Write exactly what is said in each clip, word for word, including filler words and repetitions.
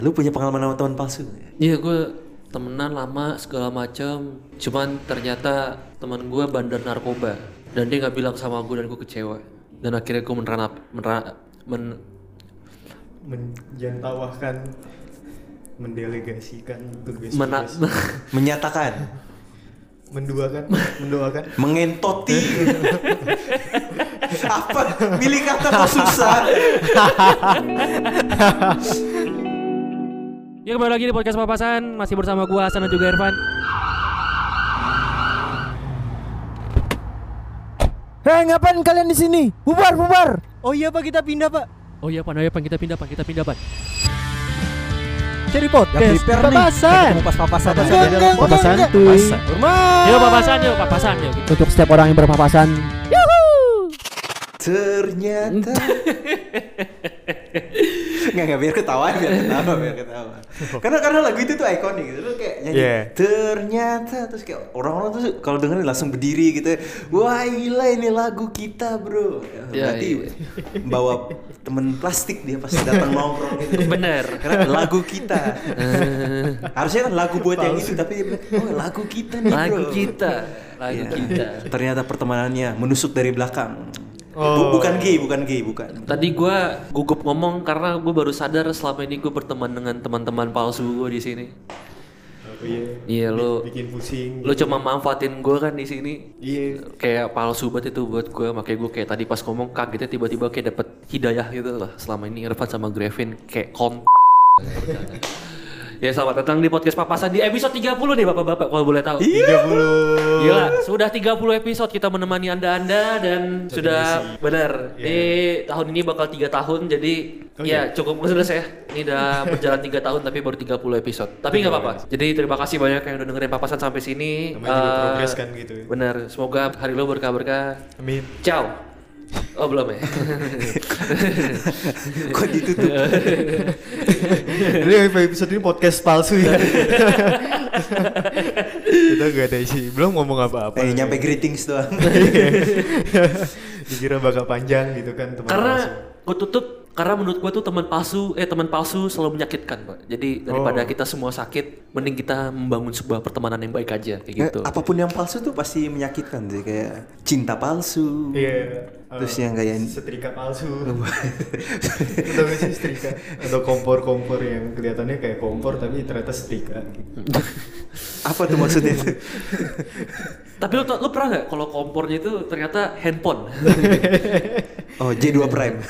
Lu punya pengalaman sama teman palsu? Iya, gue temenan lama segala macam. Cuman ternyata teman gue bandar narkoba dan dia nggak bilang sama gue dan gue kecewa. Dan akhirnya gue menerap, menerap, men, menjantawahkan, mendelegasikan tugas mena, Menyatakan, menduakan, mendoakan, mengentoti. Apa? Milih kata kok susah. Ya kembali lagi di podcast Papasan, masih bersama gua Hasan dan juga Irfan. Hei, ngapain kalian di sini? Bubar, bubar. Oh iya Pak, kita pindah Pak. Oh iya Pan, oh iya Pan, kita pindah Pan, kita pindah Pan. Cari podcast Papasan. Pas papasan. Papasan tuh. Yuk Papasan, yuk Papasan, yuk. Untuk setiap orang yang berpapasan. Ternyata Nggak, nggak, biar ketawa, biar ketawa, biar ketawa. Karena karena lagu itu tuh ikonik gitu. Lu kayak nyanyi Yeah. ternyata, terus kayak orang-orang tuh kalau dengerin langsung berdiri gitu. Wah gila, ini lagu kita bro. Ya, Berarti iya. bawa temen plastik dia pasti datang nongkrong gitu. Bener. Karena lagu kita. Harusnya kan lagu buat yang itu, tapi dia bilang, oh lagu kita nih bro. Lagu kita, lagu Iya. kita. Ternyata pertemanannya menusuk dari belakang. Oh. Bu- bukan gay, bukan gay, bukan. Tadi gue gugup ngomong karena gue baru sadar selama ini gue berteman dengan teman-teman palsu gue di sini. Oh iya. Iya, lo Bikin pusing. lo cuma manfaatin gue kan di sini. Iya. Kayak palsu banget itu buat gue, makanya gue kayak tadi pas ngomong kagetnya tiba-tiba kayak dapet hidayah gitu lah. Selama ini Irfan sama Grevin kayak kon. Ya selamat datang di podcast Papasan di episode tiga puluh nih bapak-bapak kalau boleh tahu. tiga puluh. Gila, sudah tiga puluh episode kita menemani anda-anda dan Jadi sudah misi. benar. Yeah. Di tahun ini bakal tiga tahun jadi Oh, ya iya. cukup sudah ya. Ini udah berjalan tiga tahun tapi baru tiga puluh episode. Tapi nggak apa-apa. Jadi terima kasih banyak yang udah dengerin Papasan sampai sini. Namanya juga Eh, progres kan gitu. Benar, semoga hari lo berkah-berkah. Amin. Ciao. Oh belum ya? Kok ditutup? Jadi episode ini podcast palsu ya. Kita gak ada isi, belum ngomong apa-apa. Eh nyampe greetings doang. Dikira bakal panjang gitu kan teman Karena palsu. gue tutup karena menurut gue tuh teman palsu eh teman palsu selalu menyakitkan pak. Jadi daripada Oh. kita semua sakit, mending kita membangun sebuah pertemanan yang baik aja kayak Eh, gitu. apapun yang palsu tuh pasti menyakitkan sih, kayak cinta palsu. Iya. Terus eh, yang kayak setrika palsu. Atau nggak sih setrika? Atau kompor-kompor yang kelihatannya kayak kompor tapi ternyata setrika. apa tuh maksudnya tuh? Tapi lo, lo pernah nggak kalau kompornya itu ternyata handphone? Oh J dua Prime.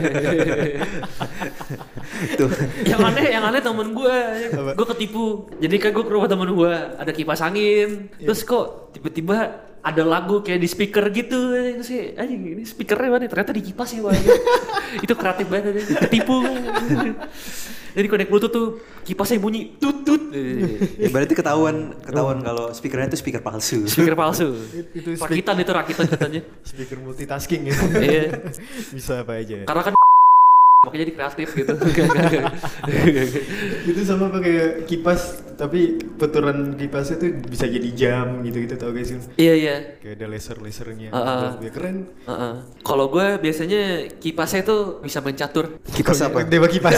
Tuh. yang aneh, yang aneh temen gue, gue ketipu. Jadi kan gue ke rumah temen gue, ada kipas angin. Terus kok tiba-tiba ada lagu kayak di speaker gitu. Terus sih, anjing ini speakernya mana? Ternyata di kipas ya bang. Itu kreatif banget, ketipu. Jadi connect bluetooth tuh kipasnya bunyi tut tut. Ya, berarti ketahuan ketahuan kalau speakernya itu speaker palsu. Speaker palsu. Itu speak- Rakitan itu rakitan katanya. Speaker multitasking ya. Iya. Bisa apa aja. Karena kan makanya jadi kreatif gitu. Itu sama pakai kipas tapi peturan kipasnya tuh bisa jadi jam gitu-gitu tau gak sih? Iya iya. Kayak ada laser-lasernya. Uh-uh. Ya keren. Uh-uh. Kalau gue biasanya kipasnya tuh bisa main catur. Kipas apa? Dewa kipas.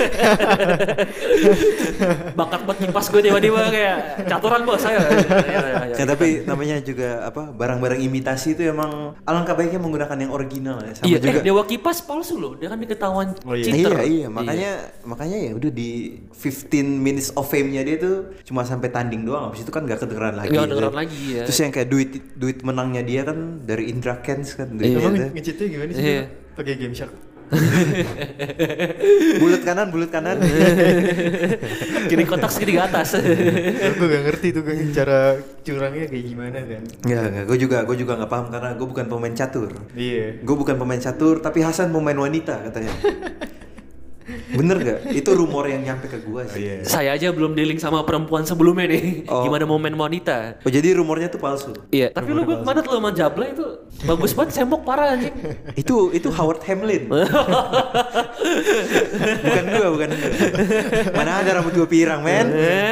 Bakat buat kipas gue tiba-tiba kayak caturan bos saya. Ya, ya, ya. Ya, tapi namanya juga apa, barang-barang imitasi itu emang alangkah baiknya menggunakan yang original ya. Sama Iya, juga. eh, Dewa Kipas palsu loh. Dia kan diketahuan Oh, iya. cheater. Iya iya, makanya makanya ya udah di fifteen minutes of fame-nya dia tuh cuma sampai tanding doang, habis itu kan gak kedengeran lagi. Nggak gitu. kedengeran lagi, ya. Terus yang kayak duit duit menangnya dia kan dari Indra Kents kan, Iya. duitnya Emang tuh. nge-cheatnya gimana sih? Iya. Pakai game shark. Bulat kanan, bulat kanan. Kiri kotak segini ke atas. Gue gak ngerti tuh kan cara curangnya kayak gimana kan. Enggak, enggak, gue juga gue juga nggak paham karena gue bukan pemain catur. Iya. Gue bukan pemain catur, tapi Hasan pemain wanita katanya. Bener gak? Itu rumor yang nyampe ke gue sih. Oh, iya. Saya aja belum dealing sama perempuan sebelumnya nih. Oh. Gimana mau main wanita? Oh jadi rumornya tuh palsu. Iya, tapi lu gue kemana tuh sama Jabla itu bagus banget, sembok parah anjing. Itu itu Howard Hamlin. Bukan gue, bukan gue. Mana ada rambut gue pirang, men.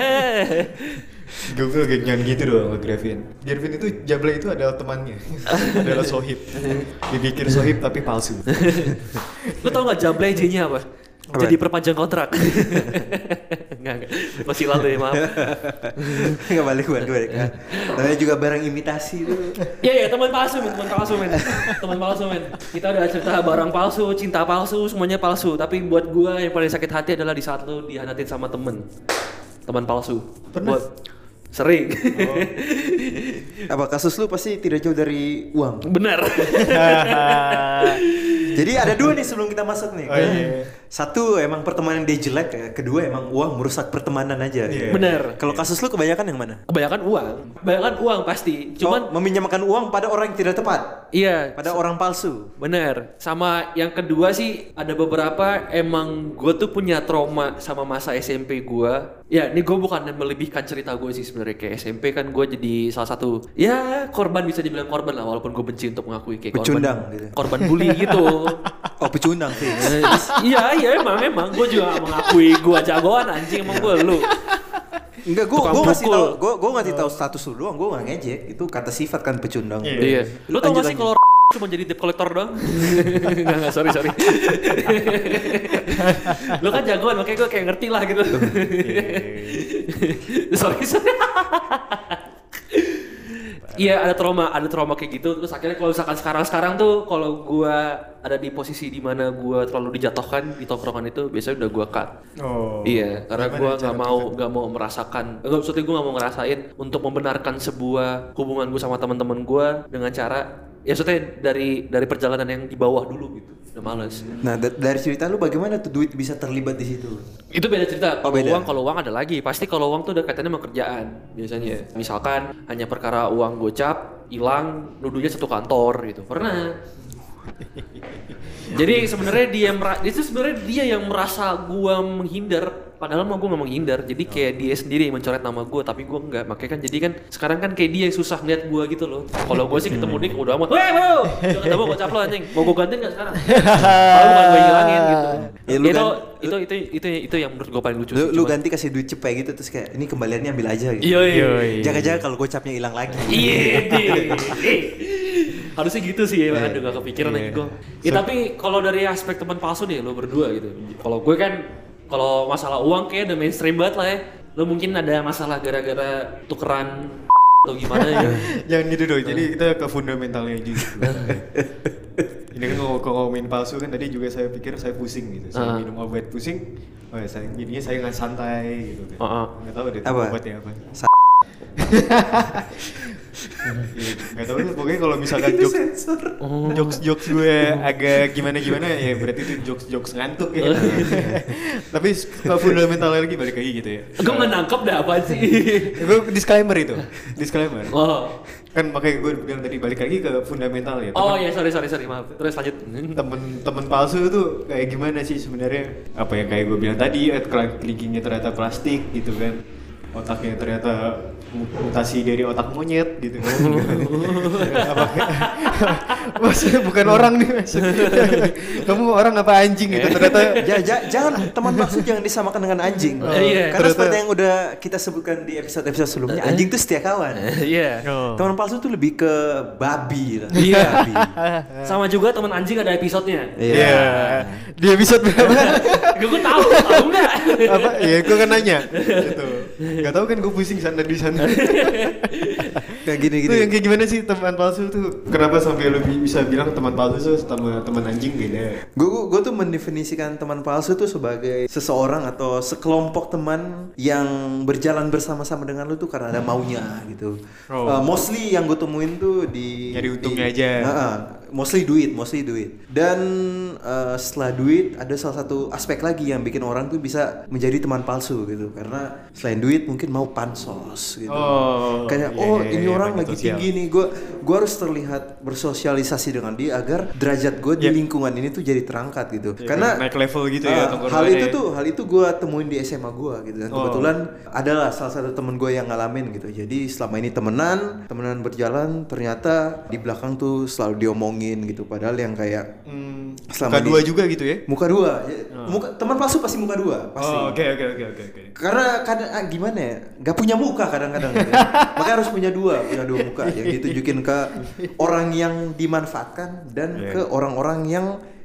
Gue gue jangan gitu doang sama Grevin. Grevin itu Jabla itu adalah temannya. Adalah sohib. Dipikir sohib tapi palsu. Lu tau gak Jabla J-nya apa? Apa? Jadi perpanjang kontrak. Enggak, enggak. Masih lalu ya, maaf. Nggak balik balik balik. Namanya juga barang imitasi itu. Iya iya teman palsu men, teman palsu men, teman palsu men. Kita udah cerita barang palsu, cinta palsu, semuanya palsu. Tapi buat gua yang paling sakit hati adalah di saat lu dihianatin sama temen, teman palsu. Pernah? Buat sering. Oh. Apa kasus lu pasti tidak jauh dari uang. Benar. Jadi ada dua nih sebelum kita masuk nih. Oh, iya. Satu emang pertemanan dia jelek ya. Kedua emang uang merusak pertemanan aja. Iya. Benar. Kalau kasus lu kebanyakan yang mana? Kebanyakan uang, kebanyakan uang pasti. Cuman oh, meminjamkan uang pada orang yang tidak tepat, iya. pada orang palsu. Bener. Sama yang kedua sih ada beberapa emang gue tuh punya trauma sama masa S M P gue. Ya, ini gue bukan melebihkan cerita gue sih sebenarnya, kayak S M P kan gue jadi salah satu ya korban, bisa dibilang korban lah, walaupun gue benci untuk mengakui kayak Pecundang korban, gitu. korban bully gitu. Oh pecundang sih. Iya iya emang emang gue juga gak mengakui gue jagoan anjing, emang gue lu. Enggak, gue Tukang gue ngasih pukul. tahu, gue gue ngasih tahu status lu doang, gue nggak ngejek. Itu kata sifat kan pecundang. Iya. Iya. Lu tau Lanjut, gak sih lanjut. kalau cuma jadi debt collector doang? Enggak enggak sorry sorry. Lu kan jagoan makanya gue kayak ngerti lah gitu. sorry sorry. Iya ada trauma, ada trauma kayak gitu. Terus akhirnya kalau misalkan sekarang-sekarang tuh kalau gua ada di posisi di mana gua terlalu dijatuhkan di tongkrongan itu, biasanya udah gua cut. Oh. Iya, karena Gimana gua cara nggak mau cut? nggak mau merasakan, enggak maksudnya gua nggak mau ngerasain untuk membenarkan sebuah hubungan gua sama teman-teman gua dengan cara ya maksudnya dari dari perjalanan yang di bawah dulu gitu. Udah males. Nah da- dari cerita lu bagaimana tuh duit bisa terlibat di situ? Itu beda cerita. Oh, Kalau beda. uang, kalau uang ada lagi. Pasti kalau uang tuh udah kaitannya sama kerjaan biasanya. Misalkan hanya perkara uang gocap hilang, nuduhnya satu kantor gitu. Pernah. Jadi sebenarnya dia mera- itu sebenarnya dia yang merasa gua menghindar. Padahal mah gue gak menghindar, jadi kayak dia sendiri yang mencoret nama gue, tapi gue enggak. Makanya kan jadi kan sekarang kan kayak dia yang susah ngeliat gue gitu loh. Kalau gue sih ketemu dia udah amat, weh bro, jangan ketemu gue cap lo anjing, mau gue gantiin gak sekarang? Kalau bukan gue hilangin gitu. Ya, lu itu, gan- itu, itu, itu, itu yang menurut gue paling lucu. Lu, sih, lu cuman- ganti kasih duit cepet gitu terus kayak ini kembaliannya ambil aja gitu. Iya iya. Jaga-jaga kalau gocapnya hilang lagi. Iya deh. Harusnya gitu sih ya, aduh gak kepikiran lagi gue. Ya tapi kalau dari aspek teman palsu nih lo berdua gitu. Kalau gue kan kalau masalah uang kayak udah mainstream banget lah ya. Lo mungkin ada masalah gara-gara tukeran atau gimana ya. Jangan gitu dong, jadi kita ke fundamentalnya juga. Ini kan kalau kalau ngomongin palsu kan tadi juga saya pikir saya pusing gitu. Saya Ah. minum obat pusing, oh ya saya jadinya saya nggak santai gitu kan. Ah, ah. Nggak tahu deh itu Apa? obatnya apa. Sa- Iya, nggak tahu tuh, pokoknya kalau misalkan jokes jokes jokes gue agak gimana gimana ya berarti itu jokes jokes ngantuk ya. Tapi ke fundamental lagi balik lagi gitu ya. Gue nggak nangkep dah apa sih. Gue disclaimer itu, disclaimer. Oh. Kan makanya gue bilang tadi balik lagi ke fundamental ya. Oh Temen- ya sorry sorry sorry maaf. Terus lanjut. temen-temen palsu tuh kayak gimana sih sebenarnya? Apa yang kayak gue bilang tadi, kelingkingnya ternyata plastik gitu kan, otaknya ternyata mutasi dari otak monyet gitu kan. Apa maksudnya bukan orang nih maksudnya. Kamu orang apa anjing gitu ternyata. Ja- ja- jangan teman palsu jangan disamakan dengan anjing. Oh, iya. Karena Ternyata- seperti yang udah kita sebutkan di episode-episode sebelumnya, anjing tuh setia kawan. Iya. Teman palsu tuh lebih ke babi lah. Iya. Babi. Sama juga teman anjing ada episodenya. Iya. Di episode berapa? Gue tahu, tahu nggak? Apa? Ya gue kan nanya. Gitu. Gak tau kan gue pusing sana di sana. Kayak gini-gini. Itu yang kayak gimana sih teman palsu tuh? Kenapa sampai lu bi- bisa bilang teman palsu tuh sama teman anjing beda? Gue gue tuh mendefinisikan teman palsu tuh sebagai seseorang atau sekelompok teman yang berjalan bersama-sama dengan lu tuh karena ada maunya gitu. Oh. Uh, mostly yang gue temuin tuh di Nyari untungnya di- aja. Uh-uh, mostly duit, mostly duit. Dan uh, setelah duit ada salah satu aspek lagi yang bikin orang tuh bisa menjadi teman palsu gitu. Karena selain duit mungkin mau pansos gitu. Oh, Kayak iya, oh iya, ini iya, orang banyak lagi sosial. tinggi nih, gue gue harus terlihat bersosialisasi dengan dia agar derajat gue di Iya. lingkungan ini tuh jadi terangkat gitu. Ya, Karena naik level gitu ya ah, tongkrongannya hal itu ya. tuh hal itu gue temuin di S M A gue gitu. Dan Oh. kebetulan adalah salah satu temen gue yang ngalamin gitu. Jadi selama ini temenan, temenan berjalan, ternyata di belakang tuh selalu diomongin gitu. Padahal yang kayak Hmm, selama muka dua ini- juga gitu ya? muka dua, ya, muka teman palsu pasti muka dua pasti. Oh, oke oke oke oke oke. Karena kadang ah, gimana ya, nggak punya muka kadang-kadang, gitu. Makanya harus punya dua, punya dua muka. Yang ditunjukin ke orang yang dimanfaatkan dan Iya. ke orang-orang yang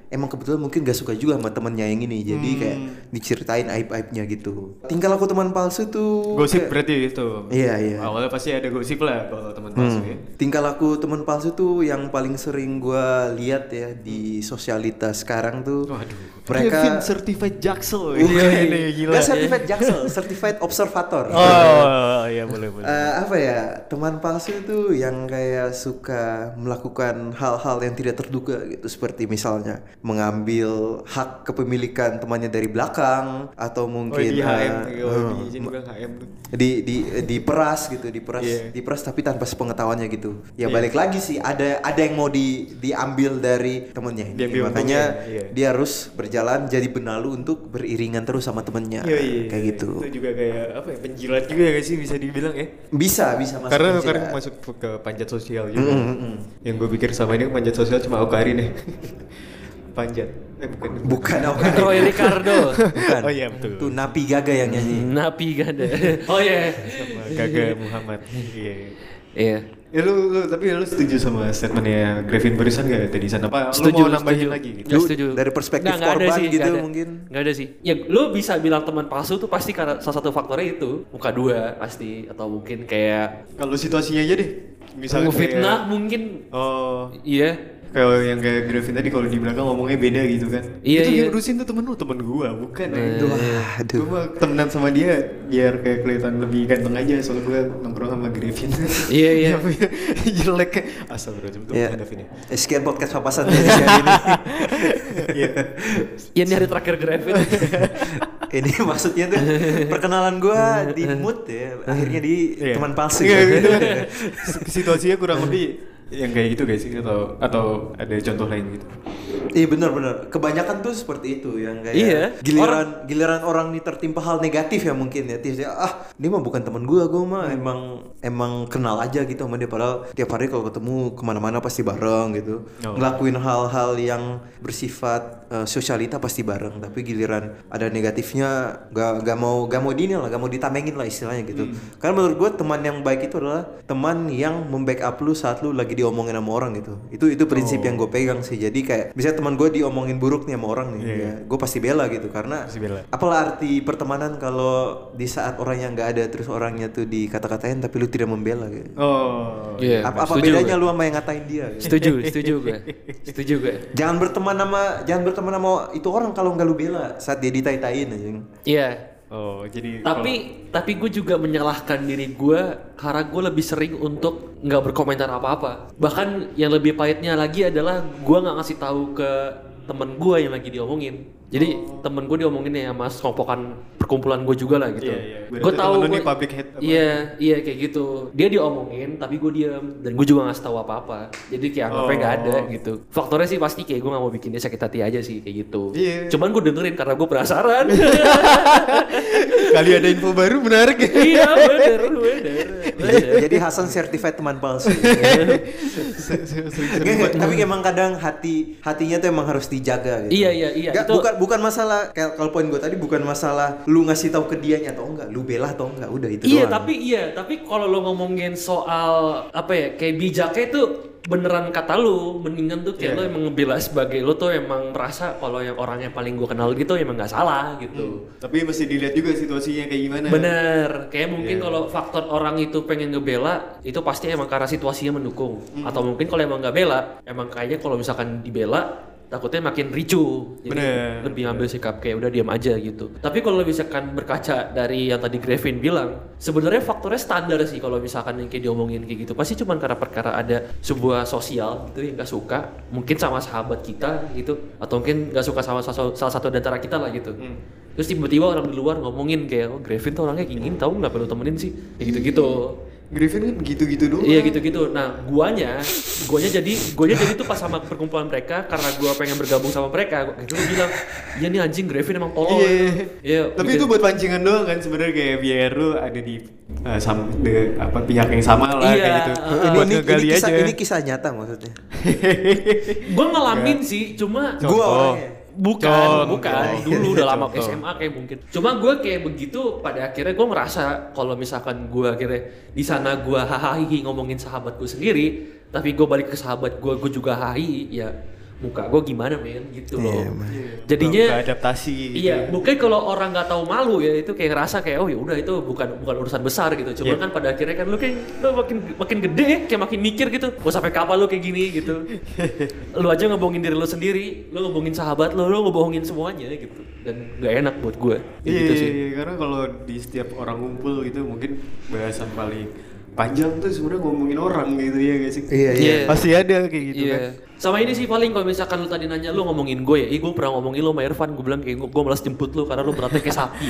emang kebetulan mungkin gak suka juga sama temennya yang ini, jadi kayak diceritain aib-aibnya gitu. Tingkah laku teman palsu tuh Gosip kayak- berarti itu. Iya, iya. Awalnya pasti ada gosip lah kalau teman palsu ya. Tingkah laku teman palsu tuh yang paling sering gua lihat ya di sosialitas sekarang tuh. Waduh. Mereka Kevin certified jaksel. Bukan. Iya ini gila. Nggak certified jaksel, certified observator. Oh, iya boleh boleh. Eh, apa ya, teman palsu itu yang kayak suka melakukan hal-hal yang tidak terduga gitu, seperti misalnya mengambil hak kepemilikan temannya dari belakang atau Oh, mungkin di H M eh, tuh, oh, eh, di sini bukan H M tuh. di di diperas gitu, diperas Iya. diperas tapi tanpa sepengetahuannya gitu. Ya Iya. balik lagi sih, ada ada yang mau di diambil dari temennya ini. Diambil Makanya untungnya, iya. dia harus berjalan jadi benalu untuk beriringan terus sama temennya. Iya, iya, Kayak iya. gitu. Itu juga kayak apa ya, penjilat juga gak sih bisa dibilang ya? Bisa, bisa masuk Karena penjara. karena masuk ke panjat sosial juga. Mm, mm, mm. Yang gue pikir sama ini panjat sosial cuma Okarin ya. Panjat. Eh bukan. Bukan apa. Roy Ricardo. Bukan. Oh iya betul. Itu Napi Gaga yang nyanyi. Napi gak ada. Oh iya. Sama Gaga Muhammad. Iya. Iya. Ya lu, lu tapi lu setuju sama statementnya Grevin barusan gak tadi sana? Apa Setuju, lu mau nambahin setuju. lagi gitu? Nggak Lu setuju. dari perspektif Nggak, nggak ada korban sih, gitu nggak ada. mungkin. Nggak ada sih. Ya lu bisa bilang teman palsu tuh pasti karena salah satu faktornya itu muka dua pasti, atau mungkin kayak Kalau situasinya aja deh. Misalnya fitnah kayak- mungkin. Oh, Iya. kalau yang kayak Grevin tadi kalau di belakang ngomongnya beda gitu kan. Iya, Itu iya. yang urusin tuh temen lu, temen gua, bukan ya. Wah, aduh. Gue mah temenan sama dia biar kayak kelihatan lebih ganteng aja, soalnya gue nongkrong sama Grevin. Iya, iya. Jelek. Asal bro, itu Ya. ada Vin ya. Eh, Sekian podcast papasan dari hari ini. Iya. Ya ini hari terakhir Grevin. Ini maksudnya tuh perkenalan gua di mood ya, akhirnya di Iya. teman palsu. Iya, ya. gitu kan. Situasinya kurang lebih yang kayak gitu guys, atau atau ada contoh lain gitu. Iya benar-benar. Kebanyakan tuh seperti itu yang kayak Iya. giliran giliran orang nih tertimpa hal negatif ya mungkin ya. Dia ah, dia mah bukan teman gua, gua mah emang emang kenal aja gitu sama dia, padahal tiap hari kalau ketemu kemana-mana pasti bareng gitu. Oh. Ngelakuin hal-hal yang bersifat eh, sosialita pasti bareng, tapi giliran ada negatifnya gak, gak mau gak mau dini lah, gak mau ditamengin lah istilahnya gitu. Karena menurut gua teman yang baik itu adalah teman yang membackup lu saat lu lagi diomongin sama orang gitu. Itu itu prinsip yang gue pegang sih. Jadi kayak misalnya teman gue diomongin buruk nih sama orang nih, Iya. ya, gue pasti bela gitu. Karena Pasti bela. apalah arti pertemanan kalau di saat orangnya nggak ada terus orangnya tuh dikata-katain tapi lu tidak membela gitu. Oh. Iya. apa apa setuju bedanya gue. lu sama yang ngatain dia? Gitu. Setuju, setuju gue. Setuju gue. Jangan berteman sama jangan berteman sama itu orang kalau nggak lu bela saat dia ditai-taiin aja. Iya. Oh, jadi Tapi tapi gue juga menyalahkan diri gue karena gue lebih sering untuk nggak berkomentar apa-apa. Bahkan yang lebih pahitnya lagi adalah gue nggak ngasih tahu ke temen gue yang lagi diomongin. Jadi temen gue diomongin ya sama sekompokan perkumpulan gue juga lah gitu. Iya, iya. Berarti Gue tahu temen lu nih gua- public head apa? Iya, iya kayak gitu. Dia diomongin tapi gue diam dan gue juga nggak ngasih tahu apa-apa. Jadi kayak anggapnya nggak ada Oh. gitu. Faktornya sih pasti kayak gue nggak mau bikin dia sakit hati aja sih kayak gitu. Iya. Cuman gue dengerin karena gue penasaran. kali ada info baru menarik ya. Iya bener, bener. Jadi, jadi Hasan certified teman palsu. Nggak, tapi emang kadang hati hatinya tuh emang harus dijaga gitu. Iya, iya, iya. Nggak, Itu- bukan bukan masalah kayak kalau poin gue tadi bukan masalah lu ngasih tahu ke dianya atau enggak, lu bela atau enggak, udah itu Iya doang. tapi iya tapi kalau lo ngomongin soal apa ya kayak bijaknya itu beneran kata lu mendingan tuh kayak Iya. lo emang ngebela sebagai lo tuh emang merasa kalau yang orang yang paling gue kenal gitu emang nggak salah gitu. Tapi mesti dilihat juga situasinya kayak gimana. Bener, kayak mungkin Iya. kalau faktor orang itu pengen ngebela itu pasti emang karena situasinya mendukung. Atau mungkin kalau emang nggak bela, emang kayaknya kalau misalkan dibela takutnya makin ricu. Jadi Bener. lebih ngambil sikap kayak udah diam aja gitu. Tapi kalau misalkan berkaca dari yang tadi Grevin bilang, sebenarnya faktornya standar sih kalau misalkan yang kayak diomongin kayak gitu. Pasti cuma karena perkara ada sebuah sosial gitu yang nggak suka, mungkin sama sahabat kita gitu, atau mungkin nggak suka sama salah salah satu di antara kita lah gitu. Terus tiba-tiba orang di luar ngomongin kayak, oh Grevin tuh orangnya kayak gini, tahu nggak perlu temenin sih, kayak gitu-gitu. Griffin kan gitu-gitu doang. Iya gitu-gitu. Nah, guanya, guanya jadi, guanya jadi tuh pas sama perkumpulan mereka karena gua pengen bergabung sama mereka. Itu gua bilang, "Iya nih anjing Grevin emang tolol." Iya. Iya. Tapi itu buat pancingan doang kan sebenarnya, kayak biar lu ada di uh, sam, de, apa pihak yang sama lah Iya, kayak gitu. uh, ini, buat ini, ngegali ini, kisah, aja. ini kisah nyata maksudnya. gua ngalamin sih, cuma Contoh. Gua orangnya. bukan, Contoh. bukan. Dulu udah lama Contoh. S M A kayak mungkin. Cuma gue kayak begitu pada akhirnya gue merasa kalau misalkan gue akhirnya di sana gue hahaha ngomongin sahabat gue sendiri, tapi gue balik ke sahabat gue, gue juga hahaha, ya muka gue gimana men gitu loh. Iya, man. Jadinya Nggak adaptasi gitu. iya, mungkin kalau orang nggak tahu malu ya itu kayak ngerasa kayak oh ya udah itu bukan bukan urusan besar gitu. Cuma Iya. kan pada akhirnya kan lu kayak lu makin makin gede kayak makin mikir gitu. Mau sampai kapan lu kayak gini gitu. Lu aja ngebohongin diri lu sendiri, lu ngebohongin sahabat lu, lu ngebohongin semuanya gitu. Dan nggak enak buat gue. Iya, Gitu sih. iya, karena kalau di setiap orang ngumpul gitu mungkin bahasan paling panjang tuh sebenarnya ngomongin orang gitu ya guys sih. Iya, iya. Iya. Pasti ada kayak gitu Iya. kan. Sama ini sih paling kalau misalkan lu tadi nanya lu ngomongin gue ya, ih gue pernah ngomongin lu sama Irfan, gue bilang kayak gue malas jemput lu karena lu beratnya kayak sapi.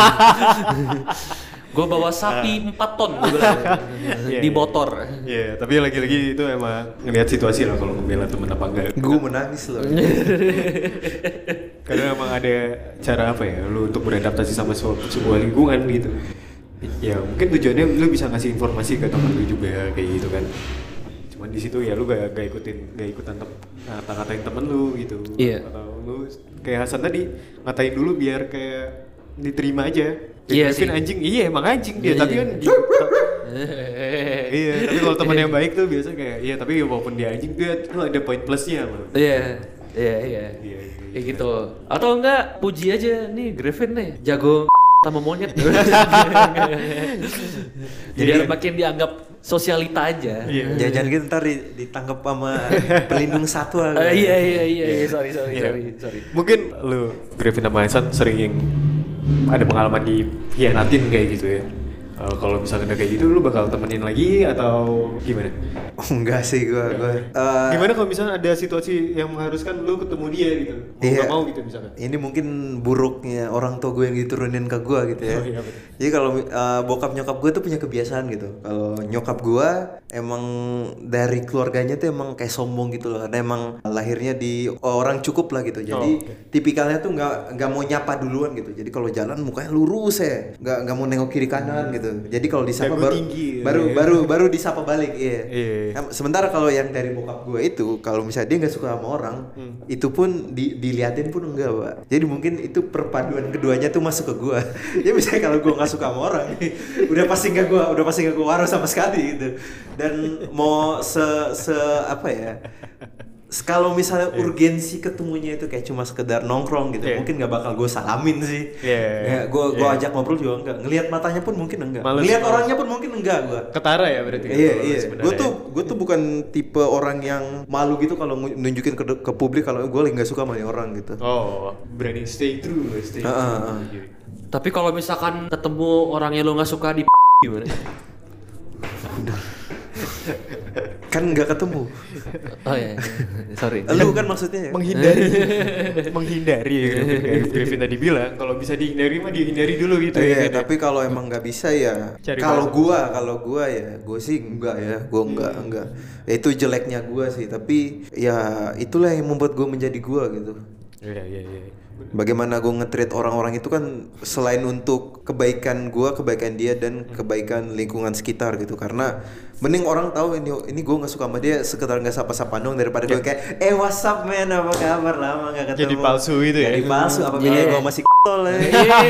Gue bawa sapi empat ton gue bilang, Iya, di iya. motor. Iya, tapi lagi-lagi itu emang ngelihat situasi lah kalau ngebela temen apa enggak. Gue menangis loh. Karena emang ada cara apa ya, lu untuk beradaptasi sama sebuah, sebuah lingkungan gitu. Ya mungkin tujuannya lu bisa ngasih informasi ke temen lu juga kayak gitu kan. Cuman di situ ya lu gak, gak ikutin, gak ikutan tem- ngata-ngatain temen lu gitu. Iya. Atau lu kayak Hasan tadi ngatain dulu biar kayak diterima aja. Iya Kevin sih. anjing, iya emang anjing dia, Iya, tapi iya. kan di, iya, tapi kalau temen yang baik tuh biasa kayak iya, tapi walaupun dia anjing dia tuh ada poin plusnya malah. Iya, iya, iya. Iya, iya. Kayak gitu. Atau enggak puji aja nih Griffin nih, jago sama monyet. Biar makin dianggap sosialita aja. Iya. Jangan gitu ntar di- ditangkap sama pelindung satwa. Eh, iya, iya, iya, iya, sorry, sorry, Iya. sorry, sorry. Mungkin lu Griffin sama Hasan sering ada pengalaman dikhianatin kayak gitu ya. Uh, kalau misalkan udah kayak gitu lu bakal temenin lagi atau gimana? Oh, enggak sih gua gua. eh, Gimana kalau misalnya ada situasi yang mengharuskan lu ketemu dia gitu? Mau Iya. nggak mau gitu misalkan? Ini mungkin buruknya orang tua gue yang diturunin ke gue gitu ya. Oh, iya, betul. Jadi kalau uh, bokap nyokap gue tuh punya kebiasaan gitu. Kalau nyokap gue emang dari keluarganya tuh emang kayak sombong gitu loh. Karena emang lahirnya di orang cukup lah gitu. Jadi Oh, oke. tipikalnya tuh nggak nggak mau nyapa duluan gitu. Jadi kalau jalan mukanya lurus ya, nggak nggak mau nengok kiri kanan gitu. Jadi kalau disapa Jago baru tinggi, baru ya. baru baru disapa balik. Iya. Iya. Nah, sementara kalau yang dari bokap gue itu, kalau misalnya dia nggak suka sama orang, Hmm. itu pun di, diliatin pun enggak, Pak. Jadi mungkin itu perpaduan keduanya tuh masuk ke gue. Ya misalnya kalau gue nggak suka sama orang, udah pasti nggak gue, udah pasti nggak gue waras sama sekali gitu. Dan mau se se apa ya? Kalau misalnya urgensi ketemunya itu kayak cuma sekedar nongkrong gitu, Iya. mungkin nggak bakal gue salamin sih. Iya. Ya, gue gue Iya. ajak ngobrol juga enggak. Ngelihat matanya pun mungkin enggak. Males, Ngelihat males. orangnya pun mungkin enggak gue. Ketara ya berarti. Iya kalau iya. sebenarnya Gue ya. tuh gue tuh bukan tipe orang yang malu gitu kalau ngu- nunjukin ke, ke publik kalau gue lagi nggak suka sama nih orang gitu. Oh, berani stay true, stay Ah, true. ah, ah. Iya. Tapi kalau misalkan ketemu orang yang lo nggak suka di gimana? Kan nggak ketemu. Oh iya, sorry. Lu kan maksudnya ya. Menghindari, menghindari ya Griffin. Kayak Griffin tadi bilang, kalau bisa dihindari mah dihindari dulu gitu. Iya, ya, tapi kalau emang nggak bisa ya, Cari kalau bahan. gua, kalau gua ya, gua sih enggak ya, gua enggak, enggak. Ya, itu jeleknya gua sih, tapi ya itulah yang membuat gua menjadi gua gitu. Iya iya iya. Bagaimana gue nge-treat orang-orang itu kan selain untuk kebaikan gue, kebaikan dia dan kebaikan lingkungan sekitar gitu. Karena mending orang tahu ini ini gue nggak suka sama dia sekedar nggak sapa-sapa dong daripada gue kayak eh what's up man, apa kabar, lama nggak ketemu. Jadi palsu gitu ya? Jadi palsu apa Iya. gue masih k***tol ya.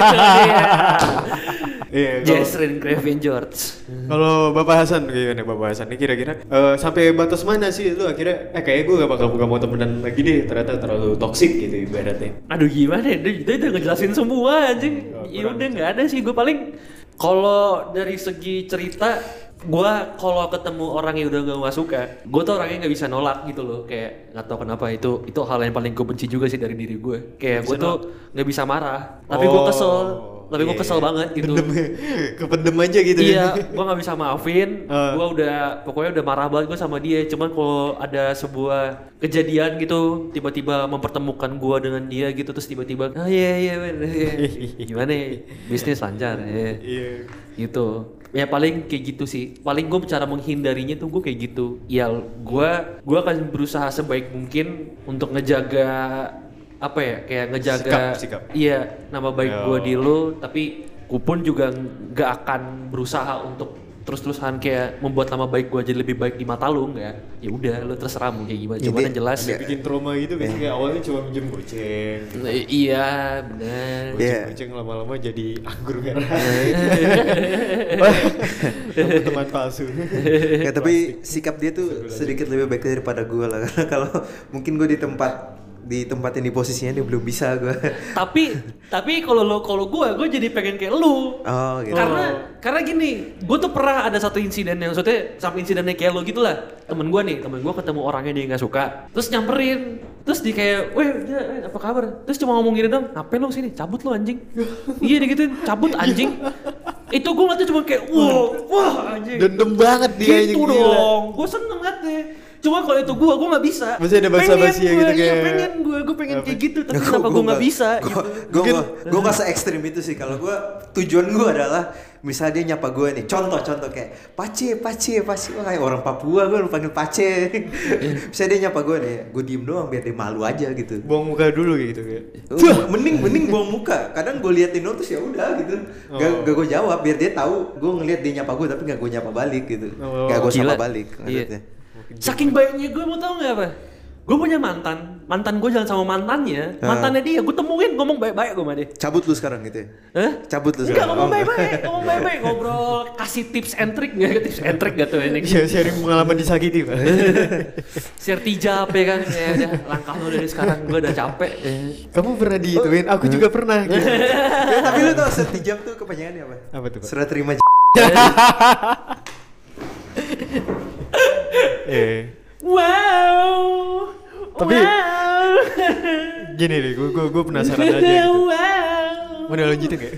Iya. kalau- Jasrin Griffin George. Kalau Bapak Hasan gimana Bapak Hasan ini kira-kira eh, sampai batas mana sih lu akhirnya eh kayak gue gak bakal gak mau temenan lagi deh ternyata terlalu toksik gitu ibaratnya. Aduh gimana ya, dia, dia udah ngejelasin semua anjing. Oh, Ya kurang udah nggak ada sih, gue paling kalau dari segi cerita, gue kalau ketemu orang yang udah gak suka, gue tuh orangnya nggak bisa nolak gitu loh. Kayak nggak tahu kenapa itu itu hal yang paling gue benci juga sih dari diri gue. Kayak gue tuh nggak bisa marah, tapi gue Oh, kesel, tapi gue iya, kesel iya. banget gitu. Pendem, kependem aja gitu. Iya, gue nggak bisa maafin. Uh. Gue udah, pokoknya udah marah banget gue sama dia. Cuman kalau ada sebuah kejadian gitu, tiba-tiba mempertemukan gue dengan dia gitu, terus tiba-tiba, ah iya iya bener, iya. Gimana ya, bisnis lancar ya. Iya. Gitu. Ya paling kayak gitu sih. Paling gue cara menghindarinya tuh gue kayak gitu. Ya gue, gue akan berusaha sebaik mungkin untuk ngejaga apa ya, kayak ngejaga Sikap, sikap. iya nama baik Oh. gue di lo, tapi gue pun juga nggak akan berusaha untuk terus-terusan kayak membuat nama baik gue jadi lebih baik di mata lu nggak? Ya udah, lu terserah mau kayak gimana. Cuman Jadi, yang jelas. Ada bikin trauma gitu kan kayak awalnya cuma minjem goceng. I- iya, benar. Iya. Goceng-goceng lama-lama jadi anggur merah. Teman-teman palsu. Ya, tapi sikap dia tuh sedikit lebih baik daripada gue lah. Karena kalau mungkin gue di tempat di tempat yang di posisinya dia belum bisa gue. tapi tapi kalau lo kalau gue gue jadi pengen kayak lu. Oh gitu. Karena karena gini, gue tuh pernah ada satu insiden yang maksudnya sampai insidennya kayak lo gitu lah. Temen gue nih, temen gue ketemu orangnya dia nggak suka, terus nyamperin, terus di kayak, weh, ya, apa kabar? Terus cuma ngomong gini dong, ngapain lo sini? Cabut lo anjing. Iya digituin, cabut anjing. Itu gue ngeliatnya cuma kayak, wah, wah anjing. Dendam banget dia gitu dong, gue seneng ngeliatnya. Cuma kalau itu gue, gue nggak bisa. Masih ada basa-basi ya gitu Iya, kayak- pengen gue, gue pengen kayak gitu, tapi Gua- kenapa gua gue nggak nggak- bisa? Gue gitu. gue gue nggak se ekstrim itu sih. Kalau gue tujuan gue adalah misalnya dia nyapa gue nih, contoh contoh kayak Pace Pace Pace, wah kayak orang Papua gue lu panggil Pace. Misalnya dia nyapa gue nih, gue diem doang biar dia malu aja gitu. Buang muka dulu kayak gitu kayak. Uh, mending mending buang muka. Kadang gue liatin lo terus ya udah gitu. Gak, Oh. gak gue jawab biar dia tahu gue ngeliat dia nyapa gue tapi gak gue nyapa balik gitu. Oh, Gak gue gila. sapa balik maksudnya. Iya. Saking baiknya gue mau tau nggak apa? Gue punya mantan, mantan gue jalan sama mantannya, Ah. mantannya dia, gue temuin ngomong baik-baik gue sama dia. Cabut lu sekarang gitu ya? Hah? Cabut lu Enggak, sekarang? ngomong Oh, baik-baik, ngomong baik-baik, ngobrol, kasih tips and trick nggak? Tips and trick gak tuh ini? Iya, sharing pengalaman disakiti Pak. Share tijab ya kan, ya udah langkah lo dari sekarang, gue udah capek. Kamu pernah diituin? Aku juga pernah gitu. Ya, tapi lu tau setijab tuh kepanjangannya apa? Apa tuh, Pak? Surat terima j- Eh. Wow, Tapi- wow, Gini deh, gue gue gue penasaran aja gitu. wow. Mau lanjutin gak?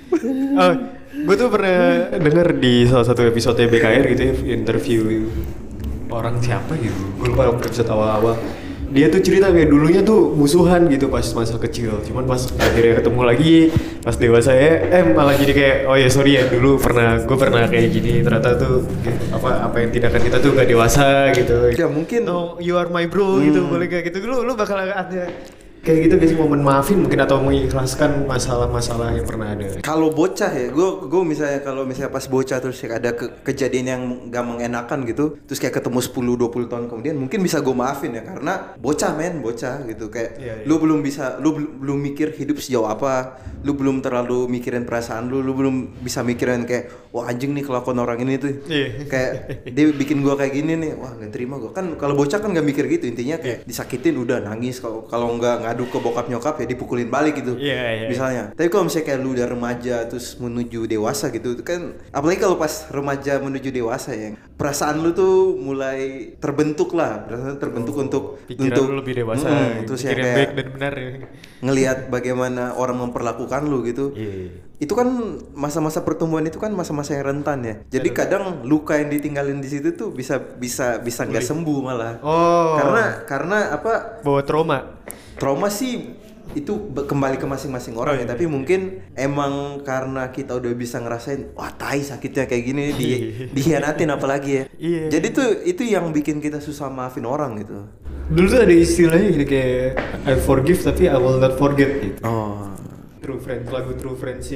Oh, gue tuh pernah denger di salah satu episode B K R gitu ya, interview orang siapa gitu. Gue lupa episode awal-awal. Dia tuh cerita kayak dulunya tuh musuhan gitu pas masa kecil. Cuman pas akhirnya ketemu lagi pas dewasa ya, eh malah jadi kayak oh ya sorry ya dulu pernah gue pernah kayak gini. Ternyata tuh kayak, apa apa yang tindakan kita tuh gak dewasa gitu. Ya, mungkin- No, you are my bro gitu boleh kayak gitu. Lu lu bakal ada kayak gitu gak sih momen maafin mungkin atau mengikhlaskan masalah-masalah yang pernah ada. Kalau bocah ya, gue gue misalnya kalau misalnya pas bocah terus kayak ada ke- kejadian yang gak mengenakan gitu, terus kayak ketemu sepuluh dua puluh tahun kemudian mungkin bisa gue maafin ya karena bocah men, bocah gitu kayak Iya, iya. lu belum bisa, lu bel- belum mikir hidup sejauh apa, lu belum terlalu mikirin perasaan lu, lu belum bisa mikirin kayak wah anjing nih kelakuan orang ini tuh, Iya. kayak dia bikin gue kayak gini nih, wah gak terima gue kan. Kalau bocah kan gak mikir gitu, intinya kayak disakitin udah nangis, kalau kalau nggak ngadu ke bokap nyokap ya dipukulin balik gitu. Iya, iya. Misalnya. Tapi kalau misalnya kayak lu udah remaja terus menuju dewasa gitu, itu kan apalagi kalau pas remaja menuju dewasa ya, perasaan lu tuh mulai terbentuk lah, perasaan terbentuk untuk Pikiran untuk lu lebih dewasa, Mm, terus ya pikiran kayak baik dan benar ya. ngelihat bagaimana orang memperlakukan lu gitu. Iya. Itu kan masa-masa pertumbuhan itu kan masa-masa yang rentan ya. Jadi kadang luka yang ditinggalin di situ tuh bisa bisa bisa nggak sembuh malah. Oh. Karena karena apa? Bawa trauma. Trauma sih itu be- kembali ke masing-masing orang Oh, ya, iya, tapi iya. mungkin emang karena kita udah bisa ngerasain wah tai sakitnya kayak gini di dihianatin apalagi ya. Iya. Jadi tuh itu yang bikin kita susah maafin orang gitu. Dulu tuh ada istilahnya gitu kayak I forgive tapi I will not forget gitu. Oh. True Friends, lagu True Friends-nya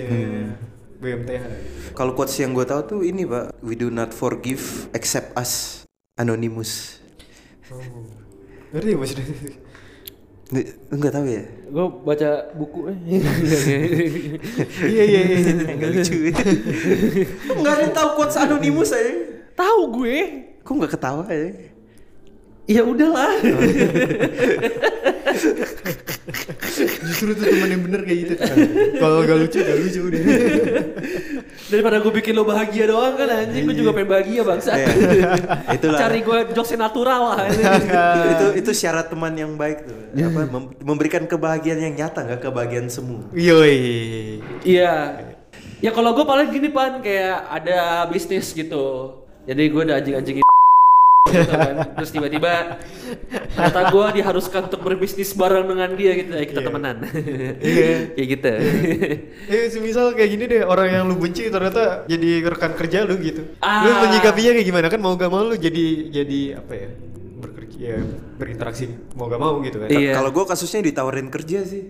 B M T H. Kalau quotes yang gue tahu tuh ini Pak, we do not forgive except us, Anonymous. Oh. Ngerti ya maksudnya? Nggak, nggak tahu ya? Gue baca buku eh. Iya iya iya. Nggak lucu. Nggak ada yang tahu quotes Anonymous aja. Tahu gue. Kok nggak ketawa ya? Ya udahlah. Justru tuh teman yang bener kayak gitu. Kalau gak lucu gak lucu udah. Daripada gue bikin lo bahagia doang kan anjing, gue juga pengen bahagia bangsa. Iya. Itulah. Cari gue jokesnya natural lah. itu itu syarat teman yang baik tuh. Apa mem- memberikan kebahagiaan yang nyata, nggak kebahagiaan semu. Yoi. Iya. Ya kalau gue paling gini pan kayak ada bisnis gitu. Jadi gue udah anjing-anjingin gitu kan. Terus tiba-tiba ternyata gue diharuskan untuk berbisnis bareng dengan dia gitu. Ya kita Iya. temenan. Iya. Kayak gitu. Eh semisal kayak gini deh, orang yang lu benci ternyata jadi rekan kerja lu gitu. Lu Ah. menyikapinya kayak gimana kan, mau gak mau lu jadi jadi apa ya? Bekerja ya berinteraksi mau gak mau gitu kan. Iya. Kalau gue kasusnya ditawarin kerja sih.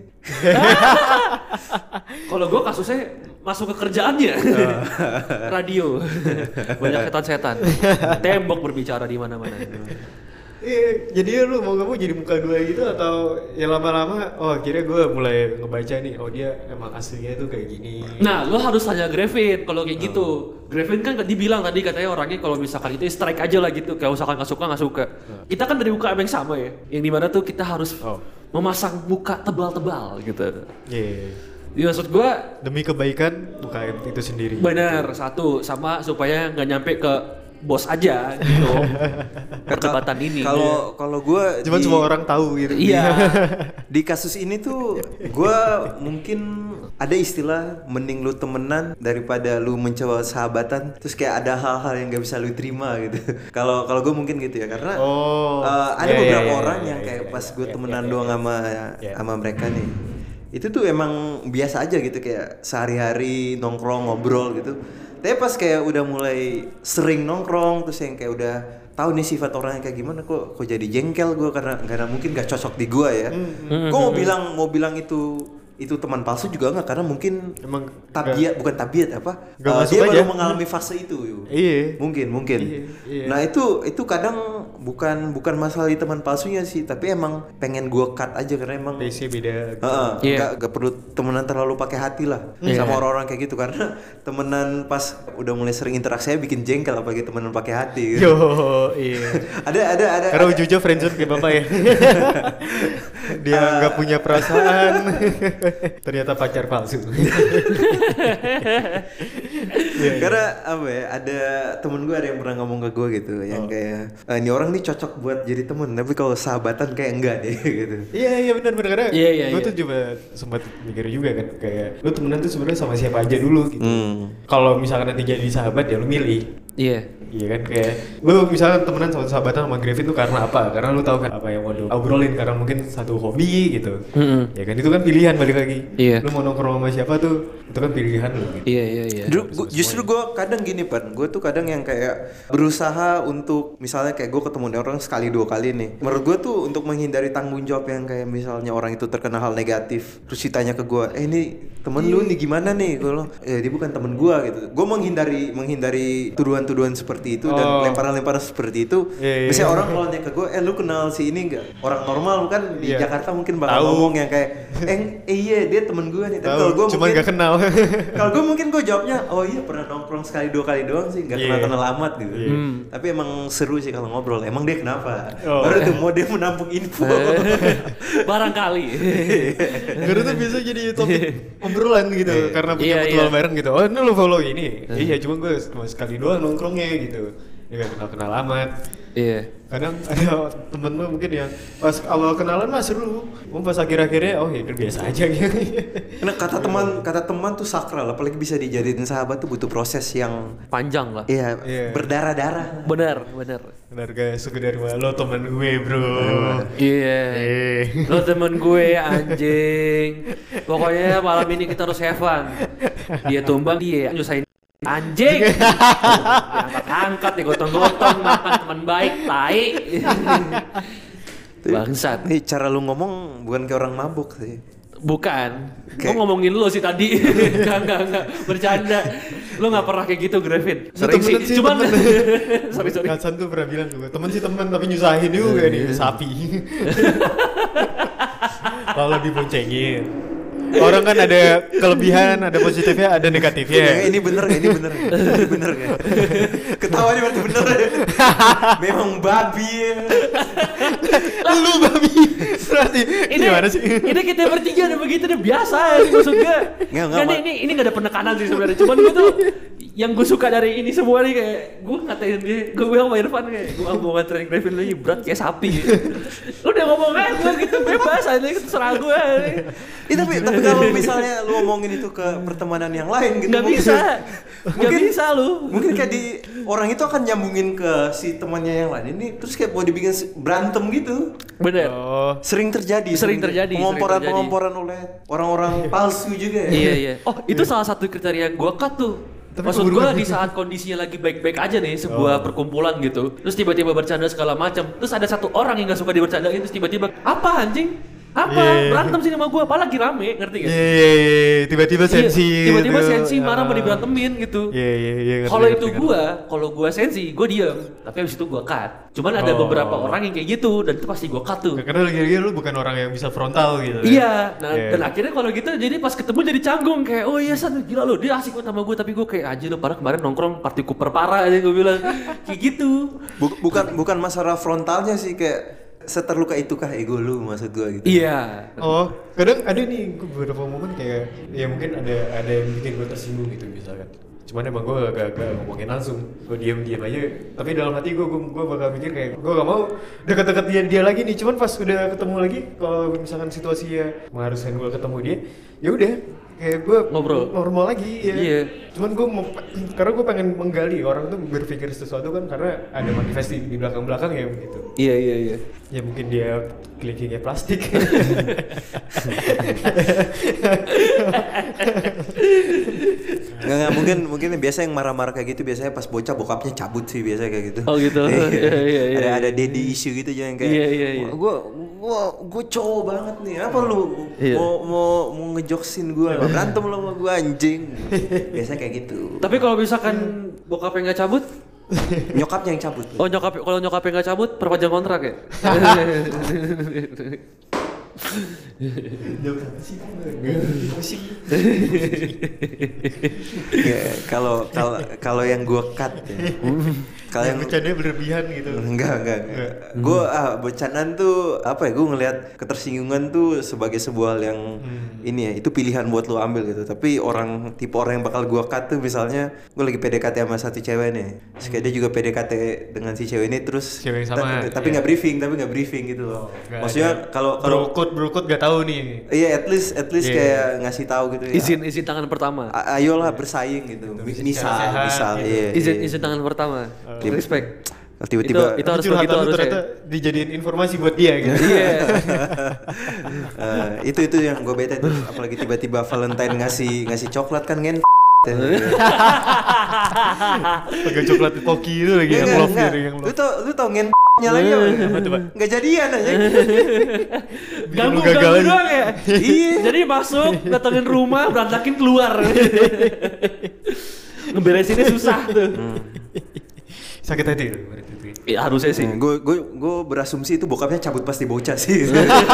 Kalau gue kasusnya masuk ke kerjaannya. Radio. Banyak setan-setan. Tembok berbicara di mana-mana. Iya, jadi lu mau gak mau jadi muka dua gitu atau ya lama-lama oh akhirnya gue mulai ngebaca nih, oh dia emang aslinya tuh kayak gini. Nah, lo harus tanya Grevin kalau kayak gitu. Grevin kan dibilang tadi katanya orangnya kalau misalkan itu strike aja lah gitu, kayak usahakan nggak suka nggak suka. Kita kan dari U K M yang sama ya, yang dimana tuh kita harus Oh. memasang muka tebal-tebal gitu. Iya. Ya, maksud gua Demi kebaikan U K M itu sendiri. benar satu sama supaya nggak nyampe ke bos aja gitu. Perdebatan ini. Kalau kalau gue Cuman semua orang tahu gitu. Iya. di kasus ini tuh gue mungkin ada istilah mending lu temenan daripada lu mencoba sahabatan terus kayak ada hal-hal yang gak bisa lu terima gitu. Kalau kalau gue mungkin gitu ya karena Oh, uh, ada ya, beberapa ya, ya, orang ya, yang ya, kayak ya, pas ya, gue ya, temenan ya, doang ya. sama Ya. sama mereka nih. Itu tuh emang biasa aja gitu kayak sehari-hari nongkrong ngobrol gitu. Tapi pas kayak udah mulai sering nongkrong terus yang kayak udah tahu nih sifat orangnya kayak gimana kok kok jadi jengkel gue karena karena mungkin gak cocok di gue ya. Hmm. Gue mau bilang mau bilang itu itu teman palsu juga nggak karena mungkin Emang tabiat bukan tabiat apa Nggak uh, masuk dia aja. baru mengalami fase itu yuk. Iya. Mungkin mungkin. Iya, iya. Nah itu itu kadang bukan bukan masalah di teman palsunya sih tapi emang pengen gue cut aja karena emang Base beda. Heeh, Iya. nggak nggak perlu temenan terlalu pakai hati lah Iya. sama orang-orang kayak gitu karena temenan pas udah mulai sering interaksi saya bikin jengkel apalagi temenan pakai hati gitu. Yo, iya. ada ada ada Karena ada- ujung-ujung friendzone kayak bapak ya. Dia nggak punya perasaan. Ternyata pacar palsu. Iya, karena apa ya ada temen gue ada yang pernah ngomong ke gue gitu yang Oh. kayak "Ah, ini orang nih cocok buat jadi temen tapi kalau sahabatan kayak enggak deh gitu. Iya iya benar benar karena Iya, iya, gue iya. tuh juga sempat mikir juga kan kayak lu temenan tuh sebenarnya sama siapa aja dulu gitu. Hmm. Kalau misalkan nanti jadi sahabat ya lu milih. Iya. Iya kan kayak lu misalkan temenan sama sahabatan sama Grevin tuh karena apa? Karena lu tahu kan apa yang mau lu obrolin karena mungkin satu hobi gitu. Mm-mm. Ya kan itu kan pilihan balik lagi. Iya. Lu mau nongkrong sama siapa tuh itu kan pilihan lu gitu. Iya iya iya. Ju- gua- justru gue kadang gini pan, gue tuh kadang yang kayak berusaha untuk misalnya kayak gue ketemu orang sekali dua kali nih. Menurut gue tuh untuk menghindari tanggung jawab yang kayak misalnya orang itu terkena hal negatif, terus ditanya ke gue, eh ini temen lu nih gimana nih? Gue bilang, eh dia bukan temen gue gitu. Gue menghindari menghindari tuduhan-tuduhan seperti itu dan Oh. lemparan-lemparan seperti itu. Iya, iya, Misalnya iya. orang kalau nanya ke gue, eh lu kenal si ini nggak? Orang normal kan di Iya. Jakarta mungkin bakal Tahu. ngomong yang kayak, eh, eh iya dia temen gue nih. Tapi Tahu, kalau gue cuma mungkin nggak kenal. kalau gue mungkin gue jawabnya, oh iya pernah nongkrong sekali dua kali doang sih, nggak Iya. kenal kenal amat gitu. Iya. Hmm. Tapi emang seru sih kalau ngobrol. Emang dia kenapa? Oh. Baru tuh mau dia menampung info. Barangkali. Karena tuh biasa jadi topik obrolan gitu karena punya Iya, mutual iya. bareng gitu. Oh, ini lu follow ini. Iya, cuma gue cuma sekali doang nongkrongnya gitu. Dia gak kenal-kenal amat. Iya. Kadang ada temen lu mungkin yang pas awal kenalan mah seru. Cuma pas akhir-akhirnya oh ya udah biasa aja gitu. Karena kata teman kata teman tuh sakral, apalagi bisa dijadiin sahabat tuh butuh proses yang Panjang lah. iya Iya. berdarah-darah. Benar benar. Benar guys, sekedar mah lo temen gue bro. Iya. Eh. Lo temen gue anjing. Pokoknya malam ini kita harus have fun. Dia tumbang dia nyusahin anjing. Diangkat-angkat digotong-gotong makan teman baik tai. Bangsat. Nih cara lu ngomong bukan kayak orang mabuk sih. Bukan. Gue Kayak- ngomongin lo sih tadi. Enggak enggak enggak bercanda. Lo nggak pernah kayak gitu Grevin. Sering sih. temen sih, Cuman temen. sorry sorry. Hasan tuh pernah bilang juga, temen sih temen tapi nyusahin juga nih, sapi. Kalau diboncengin. Orang kan ada kelebihan, ada positifnya, ada Ya, negatifnya. ini bener gak? Ini bener gak? Ini bener gak? Ketawa nih berarti bener ya? Memang babi ya. Lu babi. Berarti Ini gimana sih? Ini kita bertiga udah begitu udah biasa maksud gue. Nggak, nggak, Nggak, ini, Mak. ini ini nggak ada penekanan sih sebenarnya. Cuman gue tuh yang gue suka dari ini semua nih kayak gue ngatain dia, gue bilang sama Irfan kayak gue mau ngatain Grevin lagi berat kayak sapi. Lu udah ngomong aja gue gitu bebas aja terserah gue. Ih, tapi tapi kalau misalnya lu ngomongin itu ke pertemanan yang lain gitu Nggak mungkin- bisa, nggak mungkin- bisa lu. Mungkin kayak di orang itu akan nyambungin ke si temannya yang lain ini terus kayak mau dibikin si- berantem gitu. Bener. Oh, Sering terjadi. Sering terjadi, sering Pengomporan terjadi. pengomporan oleh orang-orang palsu juga ya. Iya iya. Oh itu salah satu kriteria gue cut tuh. Tapi Maksud keburu- gua di saat kondisinya lagi baik-baik aja nih sebuah perkumpulan gitu. Terus tiba-tiba bercanda segala macam. Terus ada satu orang yang gak suka dibercandain terus tiba-tiba apa anjing? Apa? Yeah. Berantem sih sama gua, apalagi rame, ngerti gak? Iya, iya, iya. Tiba-tiba sensi. Iya, tiba-tiba gitu. sensi marah mau Ah. diberantemin gitu. Iya, iya, iya. ngerti, Kalau ngerti, itu ngerti. gua, kalau gua sensi, gua diem. Tapi abis itu gua cut. Cuman ada Oh. beberapa orang yang kayak gitu dan itu pasti gua cut tuh. Karena lagi-lagi lu bukan orang yang bisa frontal gitu. Iya, nah Iya. dan akhirnya kalau gitu jadi pas ketemu jadi canggung kayak oh iya San gila lu dia asik banget sama gue tapi gue kayak aja lu parah kemarin nongkrong party Cooper parah aja gue bilang kayak gitu. Buk- bukan bukan masalah frontalnya sih, kayak seterluka itukah ego lu maksud gua gitu. Iya. Oh, kadang ada nih gue beberapa momen kayak ya mungkin ada ada yang bikin gue tersinggung gitu misalkan. Cuman emang gue gak, gak ngomongin langsung, gue diam-diam aja. Tapi dalam hati gue gue, gue bakal mikir kayak gue gak mau deket-deket dia, dia lagi nih. Cuman pas udah ketemu lagi, kalau misalkan situasinya mengharuskan gue ketemu dia, ya udah kayak gue Ngobrol. normal lagi ya. Iya. Cuman gue mau, karena gue pengen menggali orang tuh berpikir sesuatu kan karena ada manifesti di belakang-belakang ya begitu. Iya iya iya. Ya mungkin dia clickingnya plastik. Nggak, nggak, mungkin mungkin biasa yang marah-marah kayak gitu biasanya pas bocah bokapnya cabut sih biasanya kayak gitu. Oh gitu. Iya, iya, iya, ada iya. ada daddy issue gitu aja yang kayak Iya, iya, iya. gue gue gue cowok banget nih, apa lu Iya. mau mau mau ngejoksin gue, berantem lo sama gue anjing. Biasanya kayak gitu. Tapi kalau misalkan bokapnya nggak cabut, Nyokapnya yang cabut. oh nyokap kalau nyokapnya nggak cabut perpanjang kontrak ya? Ya, kalau kalau kalau yang gue cut ya. Kalau yang bercandanya berlebihan gitu. enggak enggak, enggak. Gue ah bercandaan tuh apa ya, gue ngelihat ketersinggungan tuh sebagai sebuah hal yang ini ya, itu pilihan buat lo ambil gitu. Tapi orang tipe orang yang bakal gue cut tuh misalnya gue lagi P D K T sama satu cewek nih, terus kayak dia juga P D K T dengan si cewek ini terus Cewek yang sama, ta- tapi iya. nggak briefing tapi nggak briefing gitu loh. Nggak Maksudnya ada. kalau kalau Brokot brokot gak tahu nih. iya at least at least Iya. kayak ngasih tahu gitu ya. izin izin tangan pertama. A- ayolah bersaing gitu. Bisa Misal sehat, misal gitu. iya. Izin iya. izin tangan pertama. Tiba- Respect. Tiba-tiba Itu harus Curhatan begitu lu harusnya. ternyata dijadiin informasi buat dia gitu. Iya. Eh, itu itu yang gue bete tuh, apalagi tiba-tiba Valentine ngasih ngasih coklat kan ngen. Pakai coklat koki itu lagi yang Enggak, love enggak. gitu yang Lu love. tau lu tau ngen lagi apa? Nggak jadian aja. Ganggu gagal ganggu aja. doang ya. Iya. Jadi masuk, datengin rumah, berantakin keluar. Ngeberesinnya susah tuh. Sakit hati itu berarti. Ya harusnya sih. Gue gue gue berasumsi itu bokapnya cabut pasti bocah sih.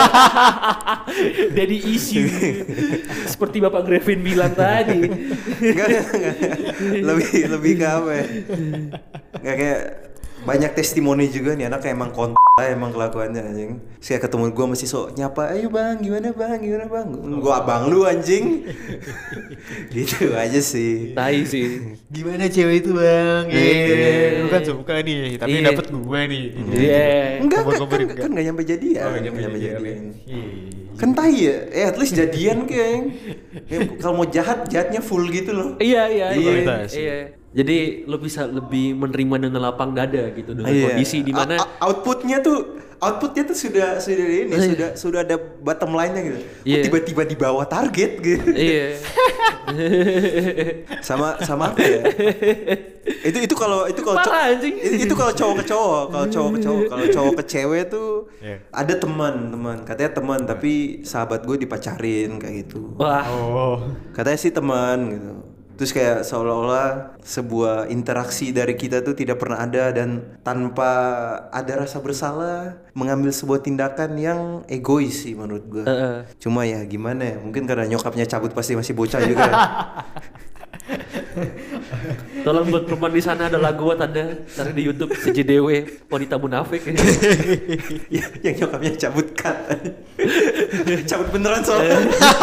Daddy issue. Seperti Bapak Grevin bilang tadi. Enggak, enggak, enggak. Lebih lebih ke apa ya? Enggak kayak banyak testimoni juga nih anak emang kont emang kelakuannya anjing. Saya ketemu gue masih sok nyapa, ayo bang, gimana bang, gimana bang? Gua abang lu anjing. Gitu aja sih. Tai sih. Gimana cewek itu bang? Iya. Lu kan suka nih, tapi Iya. dapet gue nih. Iya. Enggak, enggak, Kabar-kabarin kan, enggak? kan nggak nyampe jadian. Oh, nggak nyampe nyampe jadian. jadian. Iya. Kan tai ya, eh at least jadian keng. Ya, kalau mau jahat, jahatnya full gitu loh. Iya iya Itu iya. kualitas. Iya. Jadi lo bisa lebih menerima dengan lapang dada gitu dengan Iya. kondisi di mana A- a- outputnya tuh outputnya tuh sudah sudah ini sudah sudah ada bottom line-nya gitu. Kok Iya. tiba-tiba di bawah target gitu. iya. sama sama apa ya? itu itu kalau itu kalau Parah, anjing. itu, itu kalau cowok ke cowok, kalau cowok ke cowok, kalau cowok ke cewek tuh Iya. ada teman, teman. Katanya teman tapi sahabat gue dipacarin kayak gitu. Wah. Oh. Katanya sih teman gitu. Terus kayak seolah-olah sebuah interaksi dari kita tuh tidak pernah ada dan tanpa ada rasa bersalah mengambil sebuah tindakan yang egois sih menurut gue. Heeh. Cuma ya gimana ya, mungkin karena nyokapnya cabut pasti masih bocah juga. Tolong buat perempuan di sana ada lagu buat Anda cari di YouTube C J D W wanita munafik. Ya, yang nyokapnya cabut kan. Cabut beneran soalnya.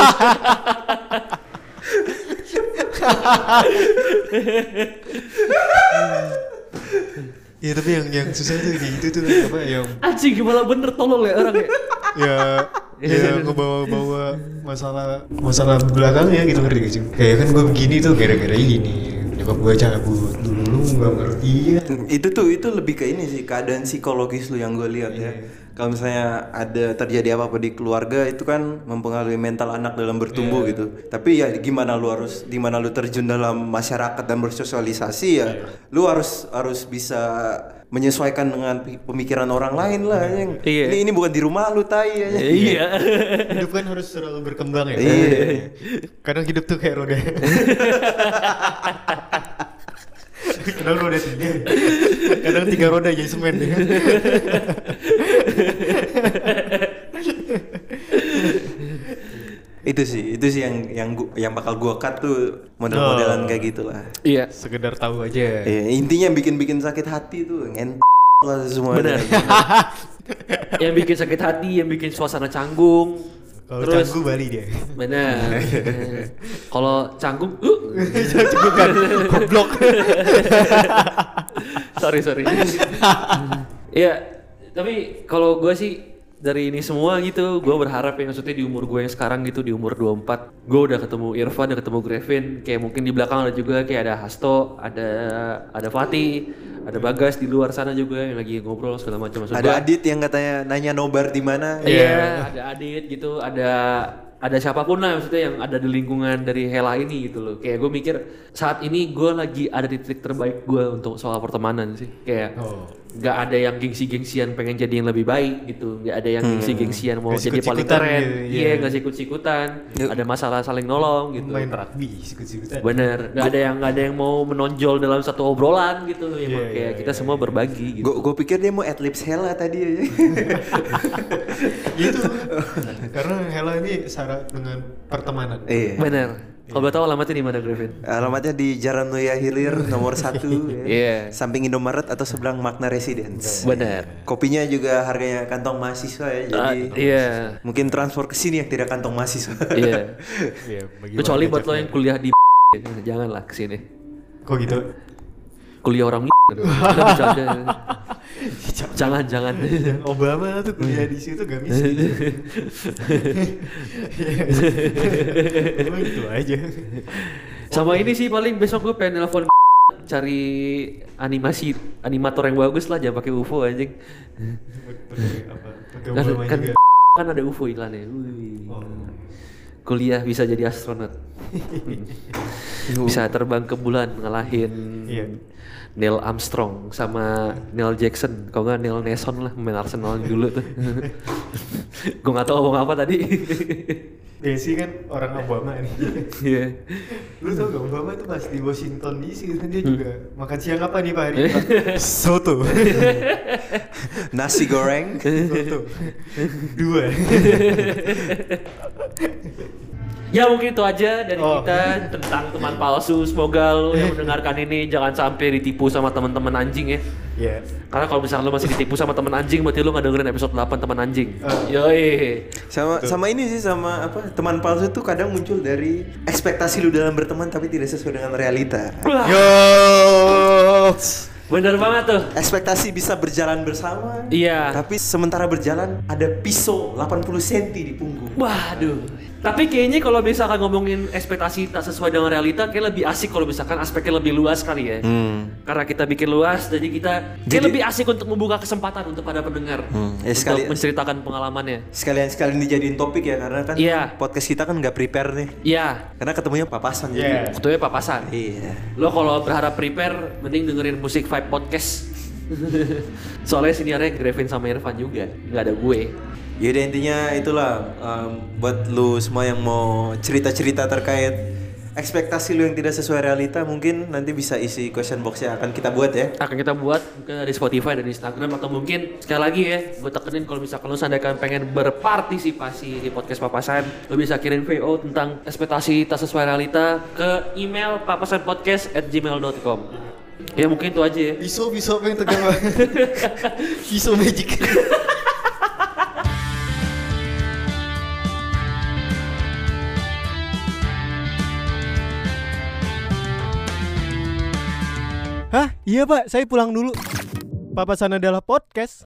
Iya tapi yang yang susah tuh di itu tuh apa yang Anjing gimana bener tolol ya orang ya. ya ya ngebawa-bawa masalah masalah belakangnya gitu ngerti gak sih? Kayak kan gue begini tuh gara-gara ini nyokap gue cabut dulu lu nggak ngerti ya. Itu tuh itu lebih ke ini sih keadaan psikologis lu yang gue lihat ya. kalau misalnya ada terjadi apa-apa di keluarga itu kan mempengaruhi mental anak dalam bertumbuh Iya. gitu. Tapi ya gimana lu harus di mana lu terjun dalam masyarakat dan bersosialisasi ya, lu harus harus bisa menyesuaikan dengan pi- pemikiran orang lain lah. Yang Iya. ini ini bukan di rumah lu tai ya. Iya. Hidup kan harus selalu berkembang ya. Iya. Kadang hidup tuh kayak roda. Kadang roda tiga. Kadang tiga roda jadi semen. Itu sih, itu sih yang yang gua, yang bakal gua cut tuh model-modelan Oh. kayak gitulah. Iya. Sekedar tahu aja. Iya, intinya yang bikin-bikin sakit hati tuh ngen lah semua. Benar. Yang bikin sakit hati, yang bikin suasana canggung. Kalau Terus canggu Bali dia. benar. Kalau canggung, uh, Bukan goblok. sorry sorry. Iya, tapi kalau gue sih dari ini semua gitu, gue berharap ya maksudnya di umur gue yang sekarang gitu, di umur dua puluh empat, gue udah ketemu Irfan, udah ketemu Grevin, kayak mungkin di belakang ada juga kayak ada Hasto, ada ada Fatih, ada Bagas di luar sana juga yang lagi ngobrol segala macam. Maksud Ada gua- Adit yang katanya nanya nobar di mana. Iya, ada Adit gitu, ada ada siapapun lah maksudnya yang ada di lingkungan dari Hela ini gitu loh. Kayak gue mikir saat ini gue lagi ada di titik terbaik gue untuk soal pertemanan sih. Kayak Oh. nggak ada yang gengsi-gengsian pengen jadi yang lebih baik gitu, nggak ada yang gengsi-gengsian mau Nggak jadi paling sikut-sikutan keren, gitu, iya iya. nggak sikut-sikutan, Yuk. ada masalah saling nolong gitu. Main rugby sikut-sikutan. Bener, nggak ada yang nggak ada yang mau menonjol dalam satu obrolan gitu, emang Iya, kayak iya, kita iya, semua berbagi gitu. Gue pikir dia mau adlibs Hela tadi aja. Gitu. Karena Hela ini syarat dengan pertemanan. Iya. Bener. Kalau boleh tahu alamatnya di mana, Grevin? Alamatnya di Jalan Nuya Hilir nomor satu. ya. Iya. Samping Indomaret atau sebelang Magna Residence. Bener. Kopinya juga harganya kantong mahasiswa ya. Ah, Jadi iya. mungkin transfer ke sini yang tidak kantong mahasiswa. Iya. Iya, bagi Kecuali warga buat lo yang Jakarta. kuliah di janganlah kesini. Kok gitu? Kuliah orang Nggak bisa aja. Jangan, jangan. Obama tuh kuliah di situ gak miskin. Emang gitu aja. Sama ini sih paling besok gue pengen nelfon cari animasi animator yang bagus lah, jangan pakai U F O anjing. Pakai apa? Pakai Kan, Obama kan, juga. kan ada U F O iklannya. Wih. Oh. Kuliah bisa jadi astronot. Bisa terbang ke bulan ngalahin Iya. Neil Armstrong sama Neil Jackson, kalau nggak Neil Nason lah, pemain Arsenal dulu tuh. Gue nggak tahu ngomong apa tadi. Desi kan orang Obama nih. Iya. Lu tau gak Obama tuh pas di Washington D C kan dia juga makan siang apa nih Pak hari ini Pak? Soto. Nasi goreng. Soto. Dua. Ya mungkin itu aja dari Oh. kita tentang teman palsu. Semoga lo yang mendengarkan ini jangan sampai ditipu sama teman-teman anjing ya. Iya. Karena kalau misalnya lo masih ditipu sama teman anjing, berarti lo nggak dengerin episode delapan teman anjing. Oh. Yoi. Sama sama ini sih sama apa teman palsu tuh kadang muncul dari ekspektasi lu dalam berteman tapi tidak sesuai dengan realita. Wah, Yo. bener banget tuh. Ekspektasi bisa berjalan bersama. Iya. Tapi sementara berjalan ada pisau delapan puluh sentimeter di punggung. Waduh. Tapi kayaknya kalau misalkan ngomongin ekspektasi tak sesuai dengan realita, kayak lebih asik kalau misalkan aspeknya lebih luas kali ya. Hmm. Karena kita bikin luas, jadi kita kayak Jadi- lebih asik untuk membuka kesempatan untuk para pendengar Hmm, ya untuk sekali- menceritakan pengalamannya. Sekalian-sekalian dijadiin topik ya karena kan Iya. podcast kita kan nggak prepare nih. Iya, Karena ketemunya papasan Iya. jadi. ketuanya papasan. Iya. Lo kalau berharap prepare, mending dengerin musik Vibe Podcast. Soalnya seniornya Grevin sama Irfan juga, nggak ada gue. Yaudah intinya itulah um, buat lu semua yang mau cerita-cerita terkait ekspektasi lu yang tidak sesuai realita mungkin nanti bisa isi question box yang akan kita buat ya. Akan kita buat mungkin dari Spotify dan Instagram, atau mungkin sekali lagi ya gue tekenin kalau misalkan lo seandainya pengen berpartisipasi di podcast papasan, lo bisa kirim V O tentang ekspektasi tak sesuai realita ke email papasanpodcast at gmail dot com. Ya mungkin itu aja ya. Pisau pisau apa yang tegang banget. Pisau magic. Hah? Iya pak, saya pulang dulu. Papasan adalah podcast.